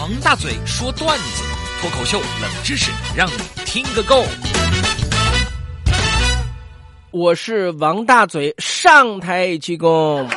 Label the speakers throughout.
Speaker 1: 王大嘴说段子，脱口秀冷知识，让你听个够。
Speaker 2: 我是王大嘴，上台鞠躬。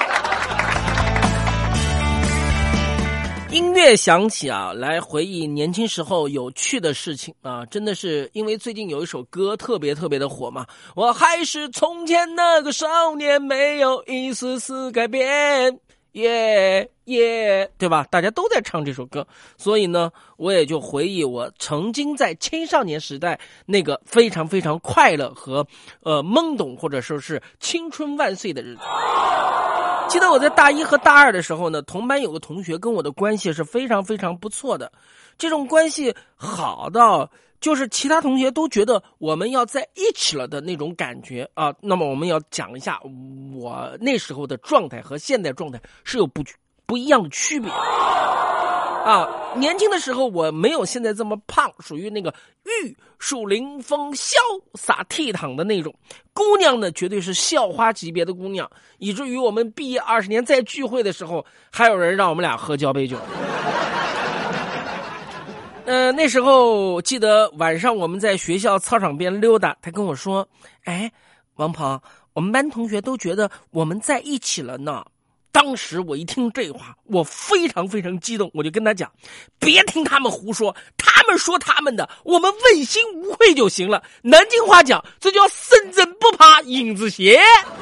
Speaker 2: 音乐响起啊，来回忆年轻时候有趣的事情啊，真的是因为最近有一首歌特别的火嘛，我还是从前那个少年，没有一丝丝改变，耶耶，对吧？大家都在唱这首歌，所以呢，我也就回忆我曾经在青少年时代那个非常快乐和懵懂或者说是青春万岁的日子。记得我在大一和大二的时候呢，同班有个同学跟我的关系是非常不错的，这种关系好到就是其他同学都觉得我们要在一起了的那种感觉啊。那么我们要讲一下我那时候的状态和现在状态是有不一样的区别啊。年轻的时候我没有现在这么胖，属于那个玉树临风潇洒倜傥的那种姑娘呢，绝对是校花级别的姑娘，以至于我们毕业20年再聚会的时候，还有人让我们俩喝交杯酒。那时候记得晚上我们在学校操场边溜达，他跟我说：“哎，王鹏，我们班同学都觉得我们在一起了呢。”当时我一听这话，我非常激动，我就跟他讲：“别听他们胡说，他们说他们的，我们问心无愧就行了。南京话讲，这叫身正不怕影子斜。”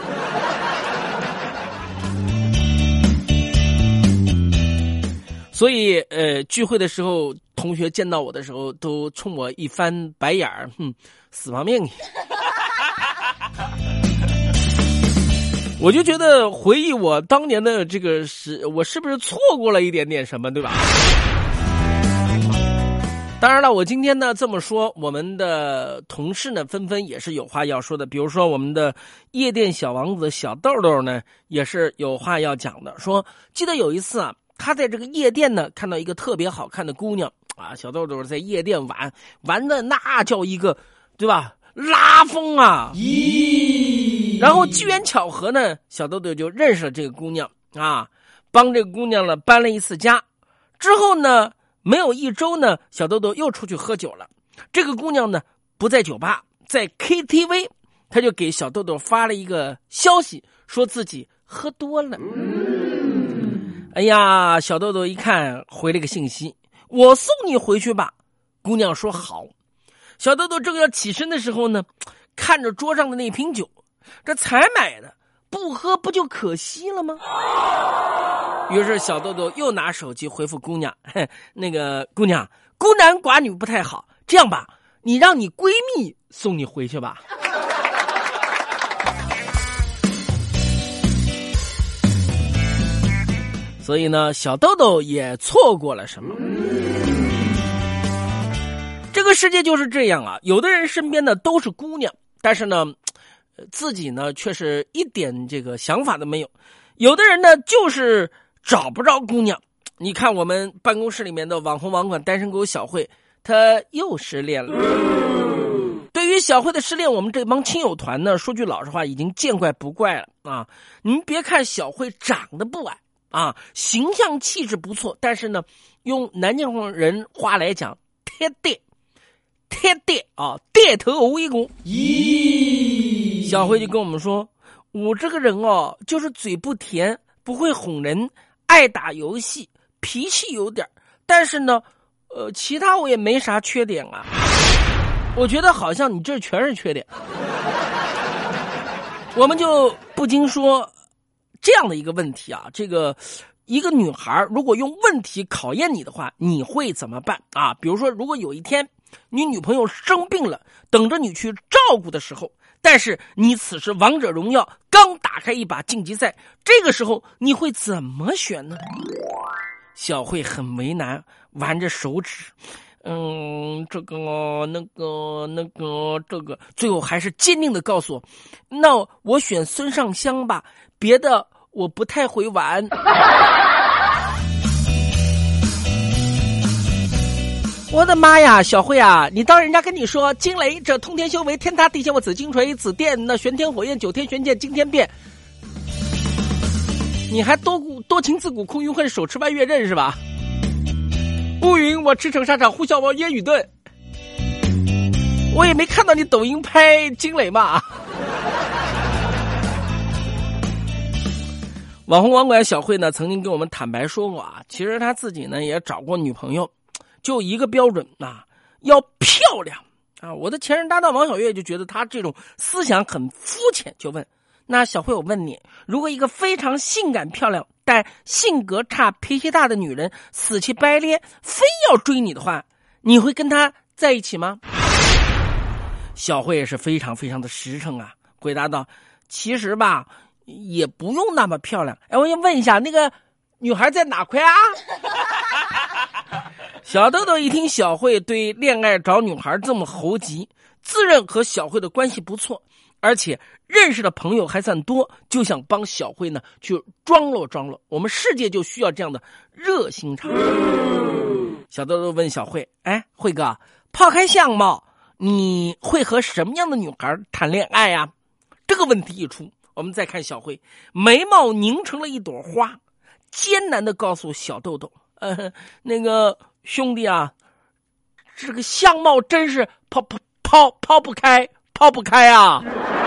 Speaker 2: 所以聚会的时候，同学见到我的时候都冲我一翻白眼儿，死亡命你。我就觉得回忆我当年的这个我是不是错过了一点点什么，对吧？当然了，我今天呢这么说，我们的同事呢纷纷也是有话要说的。比如说我们的夜店小王子小豆豆呢也是有话要讲的，说记得有一次啊，他在这个夜店呢看到一个特别好看的姑娘啊，小豆豆在夜店玩的那叫一个，对吧？拉风啊！咦，然后机缘巧合呢，小豆豆就认识了这个姑娘啊，帮这个姑娘呢搬了一次家。之后呢，没有1周呢，小豆豆又出去喝酒了。这个姑娘呢不在酒吧，在 KTV， 他就给小豆豆发了一个消息，说自己喝多了。哎呀，小豆豆一看回了个信息：“我送你回去吧。”姑娘说好。小豆豆正要起身的时候呢，看着桌上的那瓶酒，这才买的，不喝不就可惜了吗？于是小豆豆又拿手机回复姑娘：“那个姑娘，孤男寡女不太好，这样吧，你让你闺蜜送你回去吧。”所以呢，小豆豆也错过了什么。这个世界就是这样啊，有的人身边呢都是姑娘，但是呢自己呢却是一点这个想法都没有。有的人呢就是找不着姑娘，你看我们办公室里面的网红网管单身狗小慧，她又失恋了。对于小慧的失恋，我们这帮亲友团呢，说句老实话已经见怪不怪了啊。你们别看小慧长得不矮啊，形象气质不错，但是呢用南京人话来讲，贴地啊，带头无一功。咦，小辉就跟我们说，我这个人哦，就是嘴不甜，不会哄人，爱打游戏，脾气有点，但是呢其他我也没啥缺点啊。我觉得好像你这全是缺点。我们就不禁说这样的一个问题啊，这个一个女孩如果用问题考验你的话，你会怎么办啊？比如说如果有一天你女朋友生病了，等着你去照顾的时候，但是你此时王者荣耀刚打开一把晋级赛，这个时候你会怎么选呢？小慧很为难，玩着手指，这个那个这个，最后还是坚定的告诉我，那我选孙尚香吧，别的我不太会玩。我的妈呀，小慧啊，你当人家跟你说惊雷这通天修为，天塌地陷我紫金锤，紫电那玄天火焰，九天玄剑惊天变，你还多情自古空余恨，手持弯月刃是吧？ 乌云，我驰骋沙场，呼啸我烟雨顿。我也没看到你抖音拍惊雷嘛。网红网管小慧呢，曾经跟我们坦白说过啊，其实他自己呢也找过女朋友，就一个标准啊，要漂亮啊。我的前任搭档王小月就觉得他这种思想很肤浅，就问：那小慧，我问你，如果一个非常性感漂亮但性格差、脾气大的女人死乞白咧非要追你的话，你会跟她在一起吗？小慧也是非常非常的实诚啊，回答道：其实吧，也不用那么漂亮。哎，我想问一下，那个女孩在哪块啊？小豆豆一听小慧对恋爱找女孩这么猴急，自认和小慧的关系不错，而且认识的朋友还算多，就想帮小慧呢去装落装落。我们世界就需要这样的热心肠。小豆豆问小慧：哎，慧哥，抛开相貌，你会和什么样的女孩谈恋爱呀？这个问题一出，我们再看小慧，眉毛拧成了一朵花，艰难地告诉小豆豆：那个兄弟啊，这个相貌真是抛不开啊。